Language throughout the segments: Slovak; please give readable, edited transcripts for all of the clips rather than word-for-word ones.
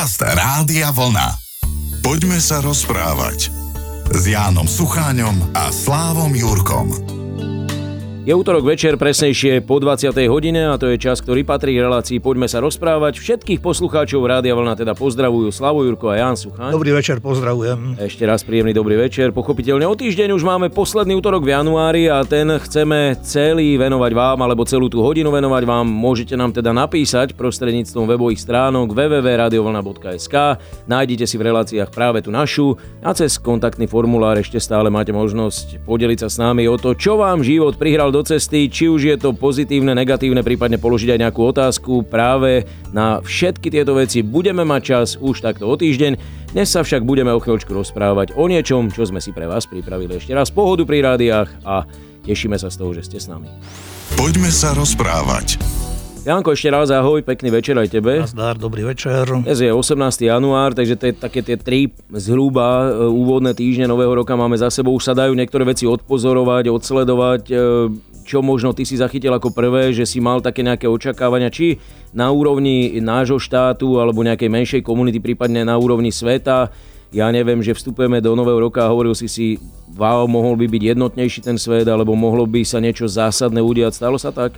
Podcast Rádia Vlna. Poďme sa rozprávať s Jánom Sucháňom a Slávom Jurkom. Je útorok večer, presnejšie po 20. hodine a to je čas, ktorý patrí relácii Poďme sa rozprávať. Všetkých poslucháčov Rádia Vlna teda pozdravujú Slavo Jurko a Ján Sucháň. Dobrý večer, pozdravujem. Ešte raz príjemný dobrý večer. Pochopiteľne o týždeň už máme posledný útorok v januári a ten chceme celý venovať vám, alebo celú tú hodinu venovať vám. Môžete nám teda napísať prostredníctvom webových stránok www.radiovlna.sk. Nájdete si v reláciách práve tú našu a cez kontaktný formulár ešte stále máte možnosť podeliť sa s nami o to, čo vám život prihral do cesty, či už je to pozitívne, negatívne, prípadne položiť aj nejakú otázku. Práve na všetky tieto veci budeme mať čas už takto o týždeň. Dnes sa však budeme o chvíľočku rozprávať o niečom, čo sme si pre vás pripravili. Ešte raz pohodu pri rádiách a tešíme sa z toho, že ste s nami. Poďme sa rozprávať. Janko, ešte raz ahoj, pekný večer aj tebe. Nazdar, dobrý večer. Dnes je 18. január, takže to je také tie 3 zhruba úvodné týždne nového roka máme za sebou. Už sa dajú niektoré veci odpozorovať, odsledovať. Čo možno ty si zachytil ako prvé, že si mal také nejaké očakávania, či na úrovni nášho štátu alebo nejakej menšej komunity, prípadne na úrovni sveta. Ja neviem, že vstupujeme do nového roka a hovoril si, wow, mohol by byť jednotnejší ten svet, alebo mohlo by sa niečo zásadné udiať. Stalo sa tak?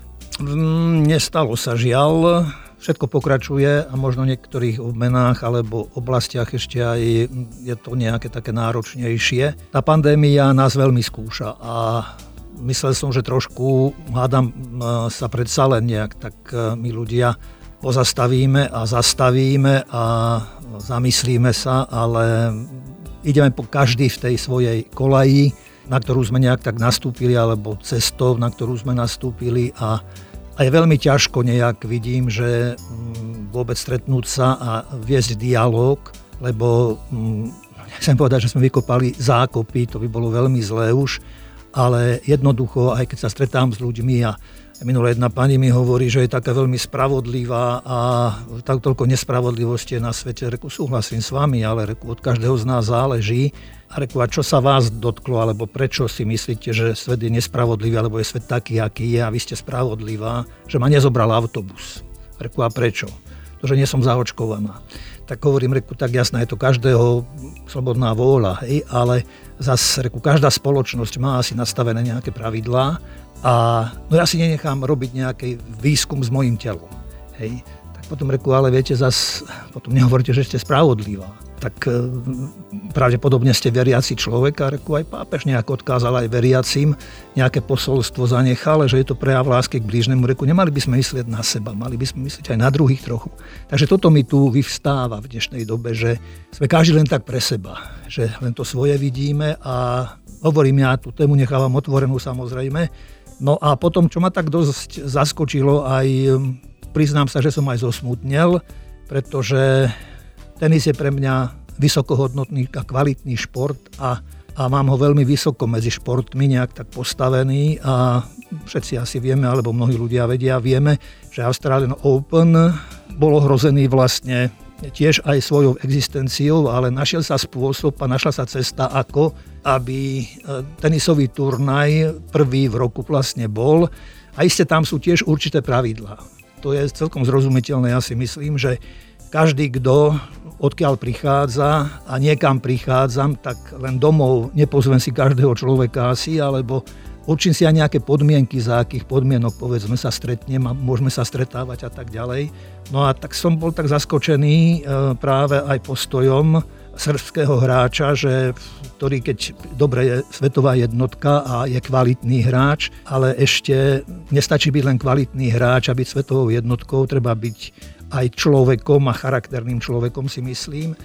Nestalo sa, žiaľ. Všetko pokračuje a možno v niektorých obmenách alebo oblastiach ešte aj je to nejaké také náročnejšie. Tá pandémia nás veľmi skúša a myslel som, že trošku, hádam, sa predsa len nejak tak my ľudia pozastavíme a zastavíme a zamyslíme sa, ale ideme po každý v tej svojej kolaji, na ktorú sme nejak tak nastúpili, alebo cestou, na ktorú sme nastúpili a je veľmi ťažko nejak, vidím, že vôbec stretnúť sa a viesť dialóg, lebo nechcem povedať, že sme vykopali zákopy, to by bolo veľmi zlé už, ale jednoducho, aj keď sa stretám s ľuďmi a minulé jedna pani mi hovorí, že je taká veľmi spravodlivá a tak toľko nespravodlivosti je na svete. Reku, súhlasím s vami, ale reku, od každého z nás záleží. A reku, a čo sa vás dotklo, alebo prečo si myslíte, že svet je nespravodlivý, alebo je svet taký, aký je a vy ste spravodlivá, že ma nezobral autobus. Reku, a prečo? To, že nie som zaočkovaná. Tak hovorím, reku, tak jasná, je to každého slobodná vôľa, hej, ale zase, reku, každá spoločnosť má asi nastavené nejaké pravidlá a no ja si nenechám robiť nejaký výskum s mojím telom, hej. Tak potom reku, ale viete, zase potom nehovoríte, že ste spravodlivá. Tak pravdepodobne ste veriaci človek a reku, aj pápež nejak odkázal aj veriacim, nejaké posolstvo zanechal, že je to prejav lásky k blížnemu. Reku, nemali by sme myslieť na seba, mali by sme myslieť aj na druhých trochu. Takže toto mi tu vyvstáva v dnešnej dobe, že sme každý len tak pre seba, že len to svoje vidíme a hovorím, ja tú tému nechávam otvorenú samozrejme. No a potom, čo ma tak dosť zaskočilo, aj priznám sa, že som aj zosmutnel, pretože tenis je pre mňa vysokohodnotný a kvalitný šport a mám ho veľmi vysoko medzi športmi nejak tak postavený a všetci asi vieme, alebo mnohí ľudia vieme, že Australian Open bol ohrozený vlastne tiež aj svojou existenciou, ale našiel sa spôsob a našla sa cesta, ako aby tenisový turnaj prvý v roku vlastne bol. A iste tam sú tiež určité pravidlá. To je celkom zrozumiteľné, ja si myslím, že každý, kto odkiaľ prichádza a niekam prichádzam, tak len domov nepozvem si každého človeka asi, alebo určím si aj nejaké podmienky, za akých podmienok povedzme sa stretnem a môžeme sa stretávať a tak ďalej. No a tak som bol tak zaskočený práve aj postojom srbského hráča, ktorý keď dobre je svetová jednotka a je kvalitný hráč, ale ešte nestačí byť len kvalitný hráč a byť svetovou jednotkou, treba byť aj človekom a charakterným človekom, si myslím.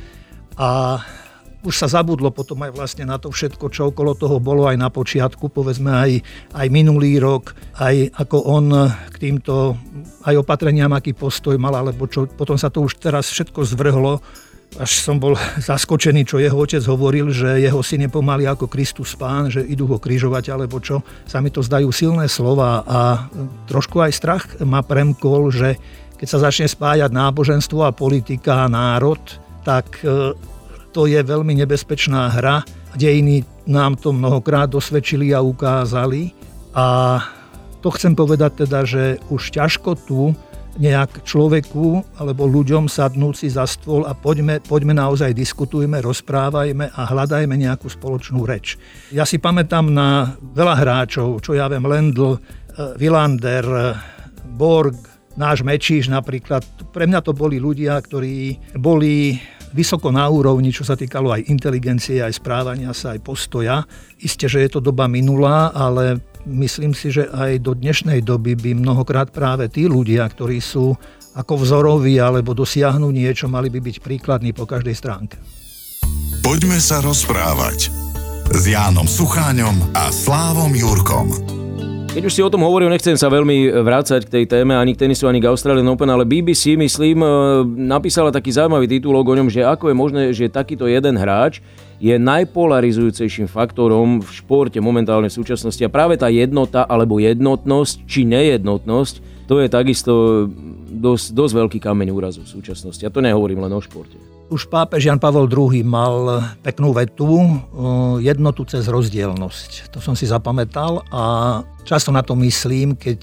A už sa zabudlo potom aj vlastne na to všetko, čo okolo toho bolo aj na počiatku, povedzme aj minulý rok, aj ako on k týmto aj opatreniam, aký postoj mal, alebo čo, potom sa to už teraz všetko zvrhlo. Až som bol zaskočený, čo jeho otec hovoril, že jeho syn je pomaly ako Kristus Pán, že idú ho križovať, alebo čo. Sa mi to zdajú silné slova a trošku aj strach ma premkol, že keď sa začne spájať náboženstvo a politika a národ, tak to je veľmi nebezpečná hra. Dejiny nám to mnohokrát dosvedčili a ukázali. A to chcem povedať teda, že už ťažko tu nejak človeku alebo ľuďom sadnúť si za stôl a poďme naozaj diskutujme, rozprávajme a hľadajme nejakú spoločnú reč. Ja si pamätám na veľa hráčov, čo ja viem, Lendl, Wilander, Borg, náš Mečíš napríklad. Pre mňa to boli ľudia, ktorí boli vysoko na úrovni, čo sa týkalo aj inteligencie, aj správania sa, aj postoja. Isté, že je to doba minulá, ale myslím si, že aj do dnešnej doby by mnohokrát práve tí ľudia, ktorí sú ako vzoroví alebo dosiahnu niečo, mali by byť príkladní po každej stránke. Poďme sa rozprávať s Jánom Sucháňom a Slávom Jurkom. Keď už si o tom hovoril, nechcem sa veľmi vrácať k tej téme ani k tenisu, ani k Australian Open, ale BBC, myslím, napísala taký zaujímavý titulok o ňom, že ako je možné, že takýto jeden hráč je najpolarizujúcejším faktorom v športe momentálne v súčasnosti. A práve tá jednota alebo jednotnosť či nejednotnosť, to je takisto dosť veľký kameň úrazu v súčasnosti. A to nehovorím len o športe. Už pápež Jan Pavol II mal peknú vetu, jednotu cez rozdielnosť. To som si zapamätal a často na to myslím, keď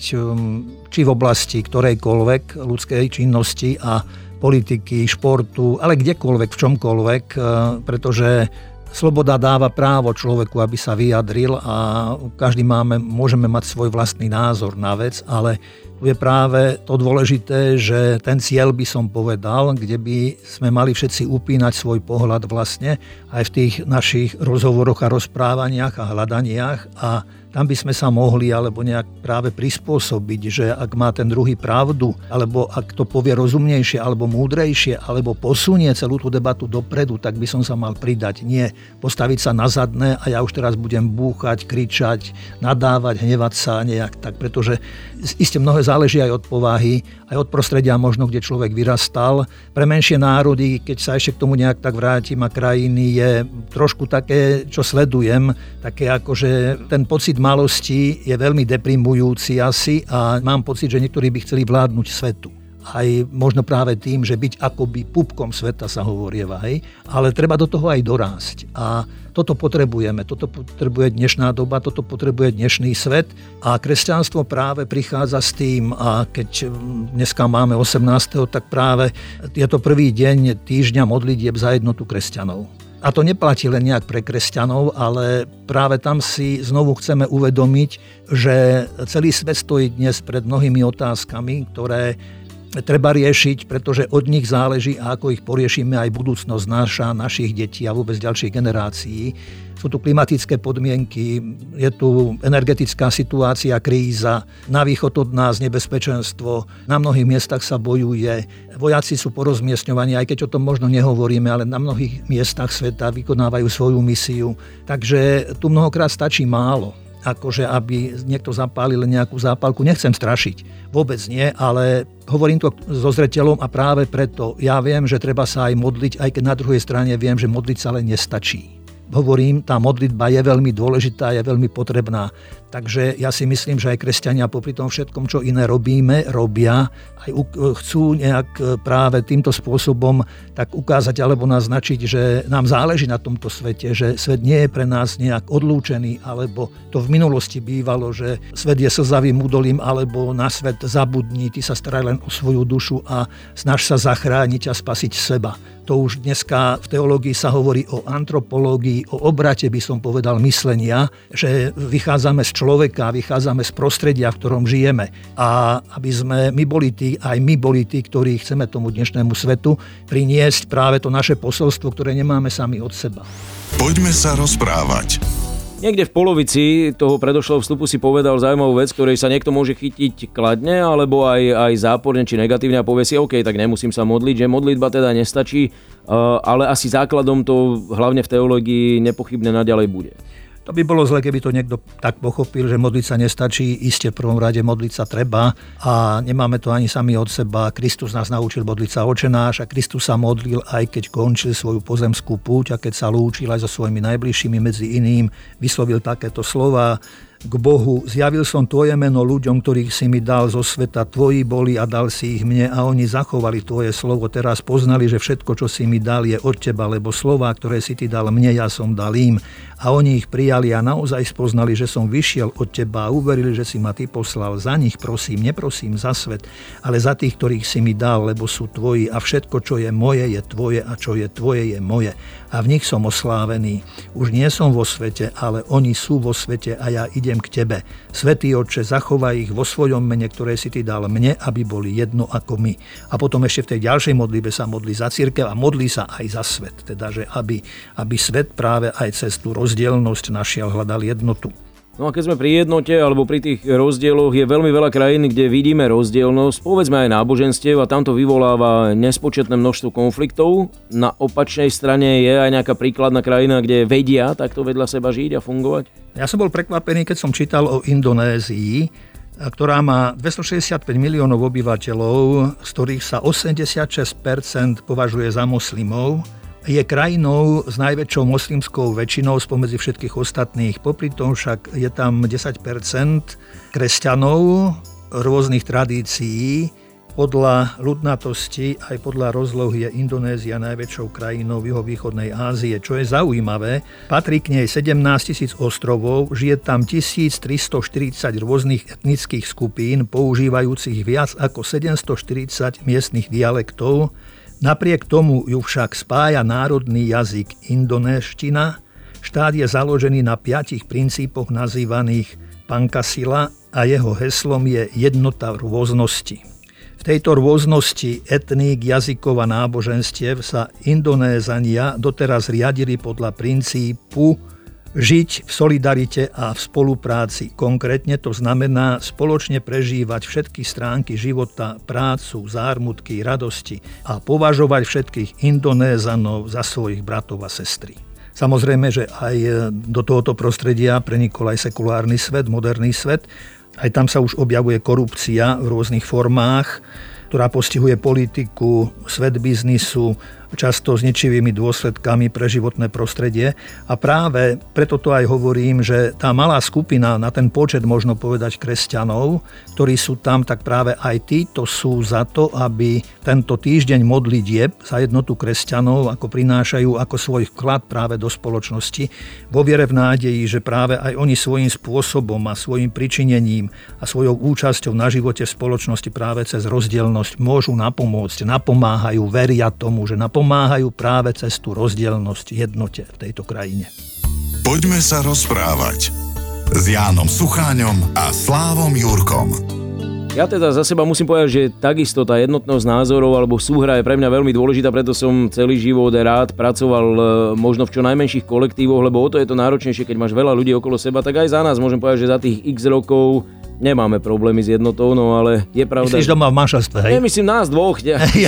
či v oblasti ktorejkoľvek ľudskej činnosti a politiky, športu, ale kdekoľvek, v čomkoľvek, pretože sloboda dáva právo človeku, aby sa vyjadril a každý môžeme mať svoj vlastný názor na vec, ale tu je práve to dôležité, že ten cieľ by som povedal, kde by sme mali všetci upínať svoj pohľad vlastne aj v tých našich rozhovoroch a rozprávaniach a hľadaniach a tam by sme sa mohli alebo nejak práve prispôsobiť, že ak má ten druhý pravdu, alebo ak to povie rozumnejšie, alebo múdrejšie, alebo posunie celú tú debatu dopredu, tak by som sa mal pridať. Nie postaviť sa na zadné a ja už teraz budem búchať, kričať, nadávať, hnevať sa nejak tak, pretože iste mnohé záleží aj od povahy, aj od prostredia možno, kde človek vyrastal. Pre menšie národy, keď sa ešte k tomu nejak tak vrátim a krajiny, je trošku také, čo sledujem, také ako, že ten pocit malosti je veľmi deprimujúci asi a mám pocit, že niektorí by chceli vládnuť svetu. Aj možno práve tým, že byť akoby pupkom sveta sa hovorieva, hej? Ale treba do toho aj dorásť. A toto potrebujeme, toto potrebuje dnešná doba, toto potrebuje dnešný svet a kresťanstvo práve prichádza s tým a keď dneska máme 18., tak práve je to prvý deň týždňa modlitieb za jednotu kresťanov. A to neplatí len nejak pre kresťanov, ale práve tam si znovu chceme uvedomiť, že celý svet stojí dnes pred mnohými otázkami, ktoré treba riešiť, pretože od nich záleží, a ako ich poriešime aj budúcnosť našich detí a vôbec ďalších generácií. Sú tu klimatické podmienky, je tu energetická situácia, kríza, na východ od nás nebezpečenstvo, na mnohých miestach sa bojuje, vojaci sú porozmiestňovaní, aj keď o tom možno nehovoríme, ale na mnohých miestach sveta vykonávajú svoju misiu. Takže tu mnohokrát stačí málo. Akože aby niekto zapálil nejakú zápalku. Nechcem strašiť, vôbec nie, ale hovorím to so zreteľom a práve preto ja viem, že treba sa aj modliť, aj keď na druhej strane viem, že modliť sa len nestačí. Hovorím, tá modlitba je veľmi dôležitá, je veľmi potrebná. Takže ja si myslím, že aj kresťania popri tom všetkom, čo iné robia, aj chcú nejak práve týmto spôsobom tak ukázať alebo naznačiť, že nám záleží na tomto svete, že svet nie je pre nás nejak odlúčený, alebo to v minulosti bývalo, že svet je slzavým údolím, alebo na svet zabudni, ty sa staraj len o svoju dušu a snaž sa zachrániť a spasiť seba. To už dneska v teológii sa hovorí o antropológii, o obrate by som povedal myslenia, že vychádzame z človeka, vychádzame z prostredia, v ktorom žijeme. A aby sme my boli tí, ktorí chceme tomu dnešnému svetu priniesť práve to naše posolstvo, ktoré nemáme sami od seba. Poďme sa rozprávať. Niekde v polovici toho predošlého vstupu si povedal zaujímavú vec, ktorej sa niekto môže chytiť kladne alebo aj záporne či negatívne a povie si, OK, tak nemusím sa modliť, že modlitba teda nestačí, ale asi základom to hlavne v teológii nepochybne naďalej bude. To by bolo zle, keby to niekto tak pochopil, že modliť sa nestačí, iste v prvom rade modliť sa treba a nemáme to ani sami od seba. Kristus nás naučil modliť sa Otčenáš a Kristus sa modlil aj keď končil svoju pozemskú púť a keď sa lúčil aj so svojimi najbližšími, medzi iným vyslovil takéto slova: k Bohu, zjavil som tvoje meno ľuďom, ktorých si mi dal zo sveta, tvoji boli a dal si ich mne a oni zachovali tvoje slovo. Teraz poznali, že všetko, čo si mi dal, je od teba, lebo slová, ktoré si ty dal mne, ja som dal im. A oni ich prijali a naozaj spoznali, že som vyšiel od teba a uverili, že si ma ty poslal. Za nich prosím, neprosím za svet, ale za tých, ktorých si mi dal, lebo sú tvoji a všetko, čo je moje, je tvoje a čo je tvoje, je moje. A v nich som oslávený. Už nie som vo svete, ale oni sú vo svete a ja idem k tebe. Svätý Otče, zachovaj ich vo svojom mene, ktoré si ty dal mne, aby boli jedno ako my. A potom ešte v tej ďalšej modlitbe sa modlí za cirkev a modlí sa aj za svet. Teda, že aby svet práve aj cez tú rozdielnosť našiel, hľadal jednotu. No a keď sme pri jednote alebo pri tých rozdieloch, je veľmi veľa krajín, kde vidíme rozdielnosť, povedzme aj náboženstiev, a tam to vyvoláva nespočetné množstvo konfliktov. Na opačnej strane je aj nejaká príkladná krajina, kde vedia takto vedľa seba žiť a fungovať? Ja som bol prekvapený, keď som čítal o Indonézii, ktorá má 265 miliónov obyvateľov, z ktorých sa 86% považuje za moslimov. Je krajinou s najväčšou moslimskou väčšinou spomedzi všetkých ostatných. Popri tom však je tam 10% kresťanov rôznych tradícií. Podľa ľudnatosti aj podľa rozlohy je Indonézia najväčšou krajinou juhovýchodnej Ázie. Čo je zaujímavé, patrí k nej 17 000 ostrovov, žije tam 1340 rôznych etnických skupín, používajúcich viac ako 740 miestnych dialektov. Napriek tomu ju však spája národný jazyk indonéština. Štát je založený na 5 princípoch nazývaných Pancasila a jeho heslom je jednota v rôznosti. V tejto rôznosti etník, jazykov a náboženstiev sa Indonézania doteraz riadili podľa princípu žiť v solidarite a v spolupráci. Konkrétne to znamená spoločne prežívať všetky stránky života, prácu, zármutky, radosti a považovať všetkých Indonézanov za svojich bratov a sestry. Samozrejme, že aj do tohoto prostredia prenikol aj sekulárny svet, moderný svet. Aj tam sa už objavuje korupcia v rôznych formách, ktorá postihuje politiku, svet biznisu, často s ničivými dôsledkami pre životné prostredie. A práve preto to aj hovorím, že tá malá skupina, na ten počet možno povedať kresťanov, ktorí sú tam, tak práve aj títo sú za to, aby tento týždeň modlitieb za jednotu kresťanov ako prinášajú ako svoj vklad práve do spoločnosti, vo viere v nádeji, že práve aj oni svojím spôsobom a svojim pričinením a svojou účasťou na živote v spoločnosti práve cez rozdielnosť môžu napomôcť, napomáhajú, veria tomu, že pomáhajú práve cez tú rozdielnosť jednote v tejto krajine. Poďme sa rozprávať s Jánom Sucháňom a Slávom Jurkom. Ja teda za seba musím povedať, že takisto tá jednotnosť názorov alebo súhra je pre mňa veľmi dôležitá, preto som celý život rád pracoval možno v čo najmenších kolektívoch, lebo o to je to náročnejšie, keď máš veľa ľudí okolo seba, tak aj za nás môžem povedať, že za tých x rokov nemáme problémy s jednotou, no ale je pravda. Myslíš doma v manželstve, hej? Nemyslím nás dvoch.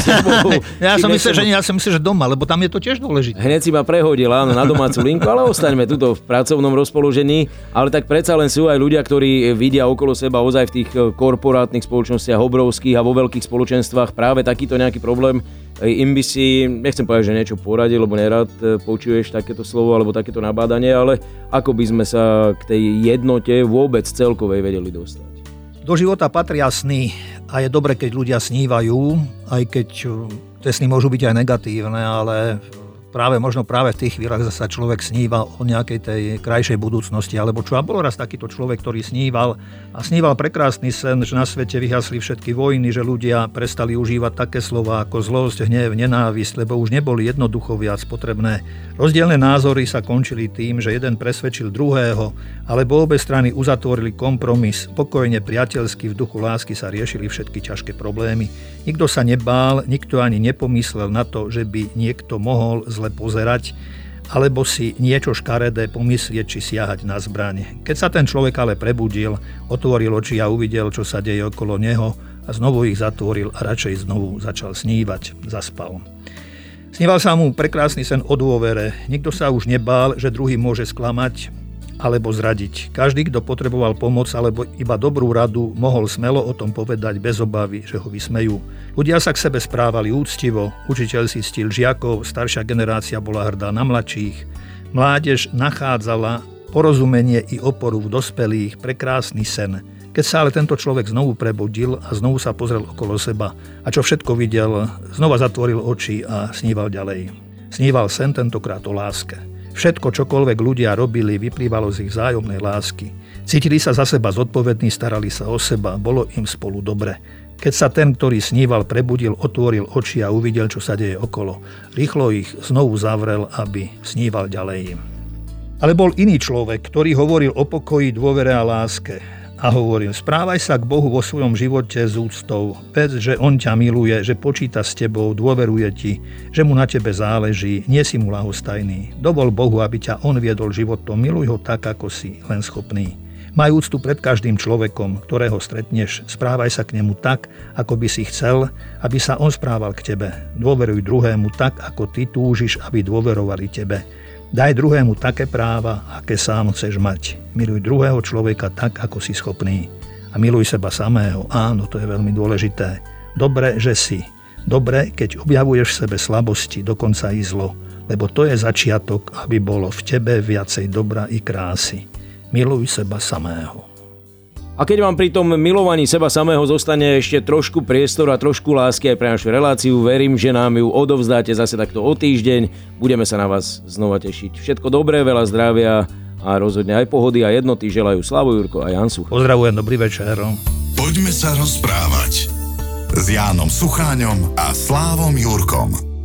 Ja som myslel, že doma, lebo tam je to tiež dôležité. Hneď si ma prehodil, áno, na domácu linku, ale ostaňme tuto v pracovnom rozpoložení. Ale tak predsa len sú aj ľudia, ktorí vidia okolo seba ozaj v tých korporátnych spoločnostiach obrovských a vo veľkých spoločenstvách práve takýto nejaký problém. Im by si, nechcem povedať, že niečo poradil, lebo nerad počuješ takéto slovo alebo takéto nabádanie, ale ako by sme sa k tej jednote vôbec celkovej vedeli dostať? Do života patria sny a je dobre, keď ľudia snívajú, aj keď tie sny môžu byť aj negatívne, ale možno práve v tých chvíľach sa človek sníva o nejakej tej krajšej budúcnosti, alebo čo. A bol raz takýto človek, ktorý sníval prekrásny sen, že na svete vyhasli všetky vojny, že ľudia prestali užívať také slová ako zlosť, hnev, nenávisť, lebo už neboli jednoducho viac potrebné. Rozdielne názory sa končili tým, že jeden presvedčil druhého, alebo obe strany uzatvorili kompromis. Pokojne, priateľsky, v duchu lásky sa riešili všetky ťažké problémy. Nikto sa nebál, nikto ani nepomyslel na to, že by niekto mohol zle pozerať, alebo si niečo škaredé pomyslieť či siahať na zbraň. Keď sa ten človek ale prebudil, otvoril oči a uvidel, čo sa deje okolo neho a znovu ich zatvoril a radšej znovu začal snívať, zaspal. Sníval sa mu prekrásny sen o dôvere. Nikto sa už nebál, že druhý môže sklamať alebo zradiť. Každý, kto potreboval pomoc alebo iba dobrú radu, mohol smelo o tom povedať bez obavy, že ho vysmejú. Ľudia sa k sebe správali úctivo, učiteľ si ctil žiakov, staršia generácia bola hrdá na mladších, mládež nachádzala porozumenie i oporu v dospelých, prekrásny sen. Keď sa ale tento človek znovu prebudil a znovu sa pozrel okolo seba a čo všetko videl, znova zatvoril oči a sníval ďalej. Sníval sen tentokrát o láske. Všetko, čokoľvek ľudia robili, vyplývalo z ich vzájomnej lásky. Cítili sa za seba zodpovední, starali sa o seba, bolo im spolu dobre. Keď sa ten, ktorý sníval, prebudil, otvoril oči a uvidel, čo sa deje okolo, rýchlo ich znovu zavrel, aby sníval ďalej. Ale bol iný človek, ktorý hovoril o pokoji, dôvere a láske. A hovoril, správaj sa k Bohu vo svojom živote s úctou. Vedz, že On ťa miluje, že počíta s tebou, dôveruje ti, že mu na tebe záleží, nie si mu ľahostajný. Dovol Bohu, aby ťa On viedol životom, miluj ho tak, ako si len schopný. Maj úctu pred každým človekom, ktorého stretneš. Správaj sa k nemu tak, ako by si chcel, aby sa on správal k tebe. Dôveruj druhému tak, ako ty túžiš, aby dôverovali tebe. Daj druhému také práva, aké sám chceš mať. Miluj druhého človeka tak, ako si schopný. A miluj seba samého. Áno, to je veľmi dôležité. Dobre, že si. Dobre, keď objavuješ v sebe slabosti, dokonca i zlo. Lebo to je začiatok, aby bolo v tebe viacej dobra i krásy. Miluj seba samého. A keď vám pri tom milovaní seba samého zostane ešte trošku priestor a trošku lásky aj pre našu reláciu, verím, že nám ju odovzdáte zase takto o týždeň. Budeme sa na vás znova tešiť. Všetko dobré, veľa zdravia a rozhodne aj pohody a jednoty želajú Slavo Jurko a Jan Sucháň. Pozdravujem, dobrý večer. Poďme sa rozprávať s Jánom Sucháňom a Slávom Jurkom.